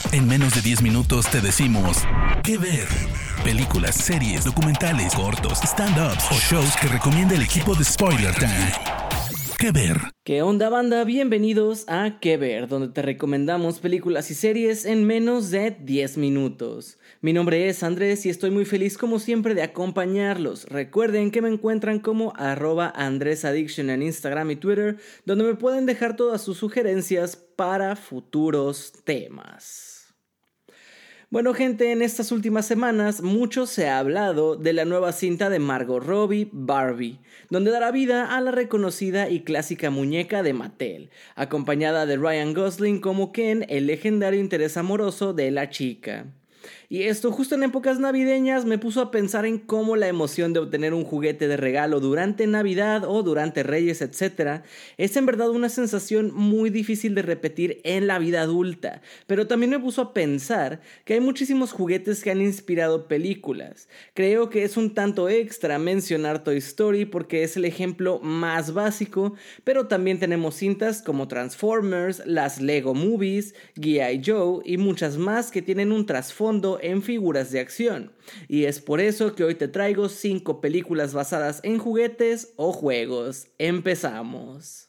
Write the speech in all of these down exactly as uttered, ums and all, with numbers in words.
En menos de diez minutos te decimos qué ver. Películas, series, documentales, cortos, stand-ups o shows que recomienda el equipo de Spoiler Time. ¿Qué ver? ¿Qué onda, banda? Bienvenidos a ¿Qué ver?, donde te recomendamos películas y series en menos de diez minutos. Mi nombre es Andrés y estoy muy feliz como siempre de acompañarlos. Recuerden que me encuentran como arroba andresaddiction en Instagram y Twitter, donde me pueden dejar todas sus sugerencias para futuros temas. Bueno, gente, en estas últimas semanas mucho se ha hablado de la nueva cinta de Margot Robbie, Barbie, donde dará vida a la reconocida y clásica muñeca de Mattel, acompañada de Ryan Gosling como Ken, el legendario interés amoroso de la chica. Y esto justo en épocas navideñas me puso a pensar en cómo la emoción de obtener un juguete de regalo durante Navidad o durante Reyes, etcétera, es en verdad una sensación muy difícil de repetir en la vida adulta, pero también me puso a pensar que hay muchísimos juguetes que han inspirado películas. Creo que es un tanto extra mencionar Toy Story porque es el ejemplo más básico, pero también tenemos cintas como Transformers, las Lego Movies, G I Joe y muchas más que tienen un trasfondo en figuras de acción, y es por eso que hoy te traigo cinco películas basadas en juguetes o juegos. Empezamos.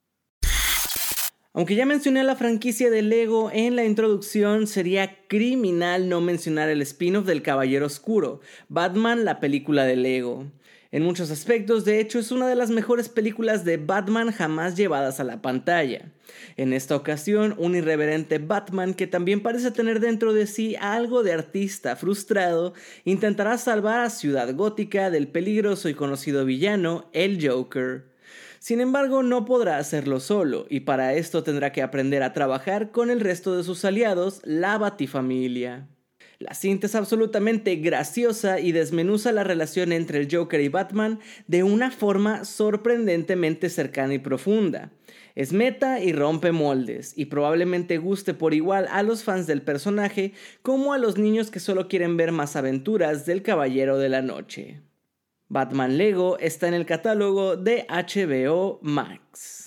Aunque ya mencioné la franquicia de Lego en la introducción, sería criminal no mencionar el spin-off del Caballero Oscuro, Batman, la película de Lego. En muchos aspectos, de hecho, es una de las mejores películas de Batman jamás llevadas a la pantalla. En esta ocasión, un irreverente Batman que también parece tener dentro de sí algo de artista frustrado, intentará salvar a Ciudad Gótica del peligroso y conocido villano, el Joker. Sin embargo, no podrá hacerlo solo, y para esto tendrá que aprender a trabajar con el resto de sus aliados, la Batifamilia. La cinta es absolutamente graciosa y desmenuza la relación entre el Joker y Batman de una forma sorprendentemente cercana y profunda. Es meta y rompe moldes, y probablemente guste por igual a los fans del personaje como a los niños que solo quieren ver más aventuras del Caballero de la Noche. Batman Lego está en el catálogo de H B O Max.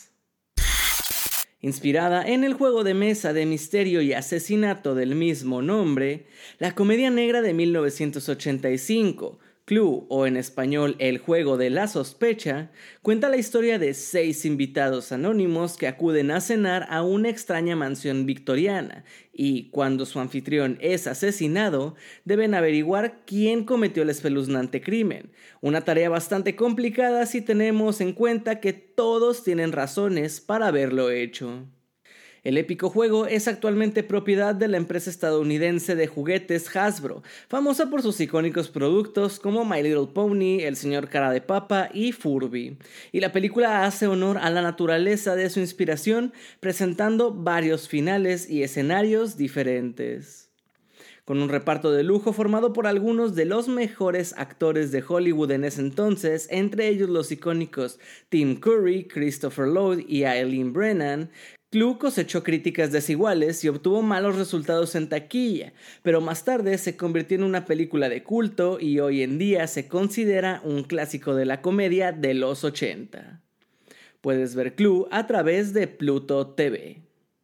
Inspirada en el juego de mesa de misterio y asesinato del mismo nombre, la comedia negra de mil novecientos ochenta y cinco, Clue, o en español El juego de la sospecha, cuenta la historia de seis invitados anónimos que acuden a cenar a una extraña mansión victoriana y, cuando su anfitrión es asesinado, deben averiguar quién cometió el espeluznante crimen. Una tarea bastante complicada si tenemos en cuenta que todos tienen razones para haberlo hecho. El épico juego es actualmente propiedad de la empresa estadounidense de juguetes Hasbro, famosa por sus icónicos productos como My Little Pony, El Señor Cara de Papa y Furby. Y la película hace honor a la naturaleza de su inspiración, presentando varios finales y escenarios diferentes. Con un reparto de lujo formado por algunos de los mejores actores de Hollywood en ese entonces, entre ellos los icónicos Tim Curry, Christopher Lloyd y Eileen Brennan, Clue cosechó críticas desiguales y obtuvo malos resultados en taquilla, pero más tarde se convirtió en una película de culto y hoy en día se considera un clásico de la comedia de los ochenta. Puedes ver Clue a través de Pluto T V.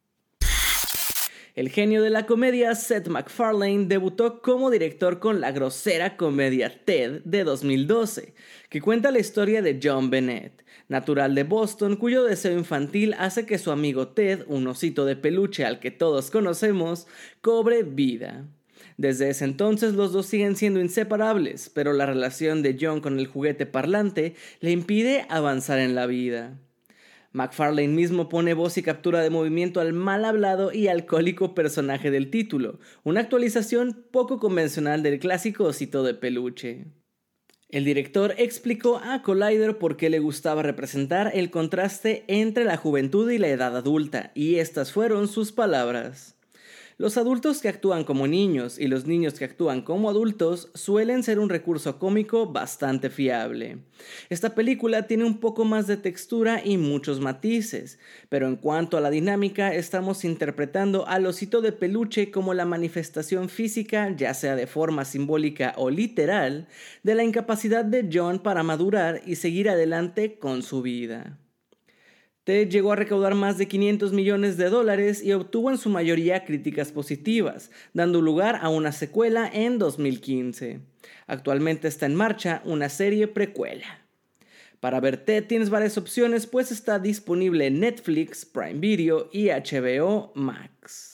El genio de la comedia Seth MacFarlane debutó como director con la grosera comedia Ted de dos mil doce, que cuenta la historia de John Bennett, natural de Boston, cuyo deseo infantil hace que su amigo Ted, un osito de peluche al que todos conocemos, cobre vida. Desde ese entonces los dos siguen siendo inseparables, pero la relación de John con el juguete parlante le impide avanzar en la vida. MacFarlane mismo pone voz y captura de movimiento al mal hablado y alcohólico personaje del título, una actualización poco convencional del clásico osito de peluche. El director explicó a Collider por qué le gustaba representar el contraste entre la juventud y la edad adulta, y estas fueron sus palabras. Los adultos que actúan como niños y los niños que actúan como adultos suelen ser un recurso cómico bastante fiable. Esta película tiene un poco más de textura y muchos matices, pero en cuanto a la dinámica estamos interpretando al osito de peluche como la manifestación física, ya sea de forma simbólica o literal, de la incapacidad de John para madurar y seguir adelante con su vida. Ted llegó a recaudar más de quinientos millones de dólares y obtuvo en su mayoría críticas positivas, dando lugar a una secuela en dos mil quince. Actualmente está en marcha una serie precuela. Para ver Ted tienes varias opciones, pues está disponible en Netflix, Prime Video y H B O Max.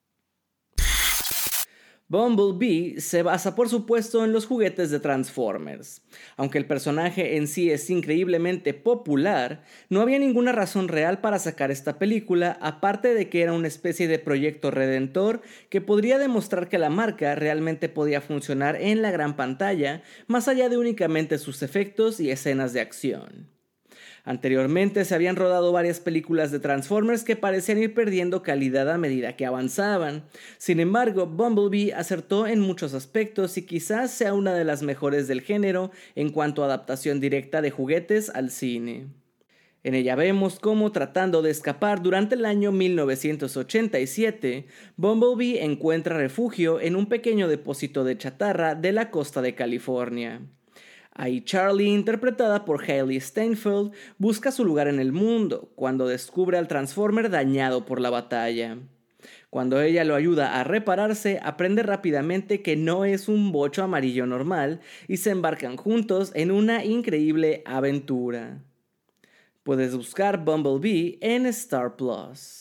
Bumblebee se basa por supuesto en los juguetes de Transformers. Aunque el personaje en sí es increíblemente popular, no había ninguna razón real para sacar esta película, aparte de que era una especie de proyecto redentor que podría demostrar que la marca realmente podía funcionar en la gran pantalla, más allá de únicamente sus efectos y escenas de acción. Anteriormente se habían rodado varias películas de Transformers que parecían ir perdiendo calidad a medida que avanzaban. Sin embargo, Bumblebee acertó en muchos aspectos y quizás sea una de las mejores del género en cuanto a adaptación directa de juguetes al cine. En ella vemos cómo, tratando de escapar durante el año mil novecientos ochenta y siete, Bumblebee encuentra refugio en un pequeño depósito de chatarra de la costa de California. Ahí Charlie, interpretada por Hailee Steinfeld, busca su lugar en el mundo cuando descubre al Transformer dañado por la batalla. Cuando ella lo ayuda a repararse, aprende rápidamente que no es un bocho amarillo normal y se embarcan juntos en una increíble aventura. Puedes buscar Bumblebee en Star Plus.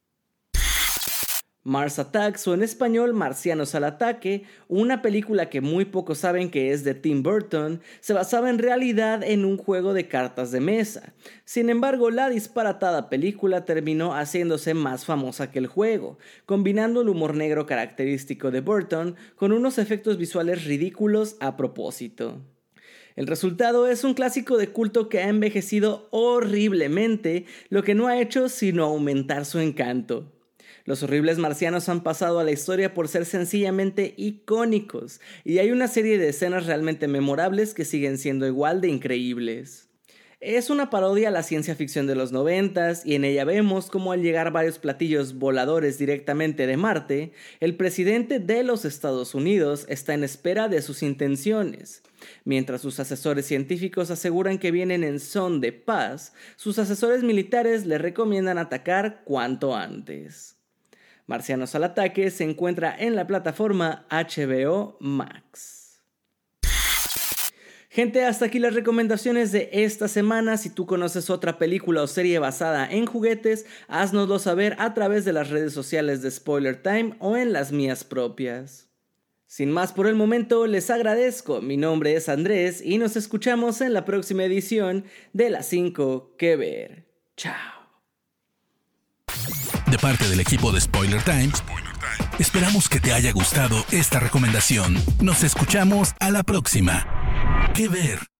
Mars Attacks, o en español Marcianos al Ataque, una película que muy pocos saben que es de Tim Burton, se basaba en realidad en un juego de cartas de mesa. Sin embargo, la disparatada película terminó haciéndose más famosa que el juego, combinando el humor negro característico de Burton con unos efectos visuales ridículos a propósito. El resultado es un clásico de culto que ha envejecido horriblemente, lo que no ha hecho sino aumentar su encanto. Los horribles marcianos han pasado a la historia por ser sencillamente icónicos, y hay una serie de escenas realmente memorables que siguen siendo igual de increíbles. Es una parodia a la ciencia ficción de los noventas, y en ella vemos cómo al llegar varios platillos voladores directamente de Marte, el presidente de los Estados Unidos está en espera de sus intenciones. Mientras sus asesores científicos aseguran que vienen en son de paz, sus asesores militares le recomiendan atacar cuanto antes. Marcianos al Ataque se encuentra en la plataforma H B O Max. Gente, hasta aquí las recomendaciones de esta semana. Si tú conoces otra película o serie basada en juguetes, haznoslo saber a través de las redes sociales de Spoiler Time o en las mías propias. Sin más por el momento, les agradezco. Mi nombre es Andrés y nos escuchamos en la próxima edición de Las cinco que ver. Chao. De parte del equipo de Spoiler Time, esperamos que te haya gustado esta recomendación. Nos escuchamos a la próxima. ¿Qué ver?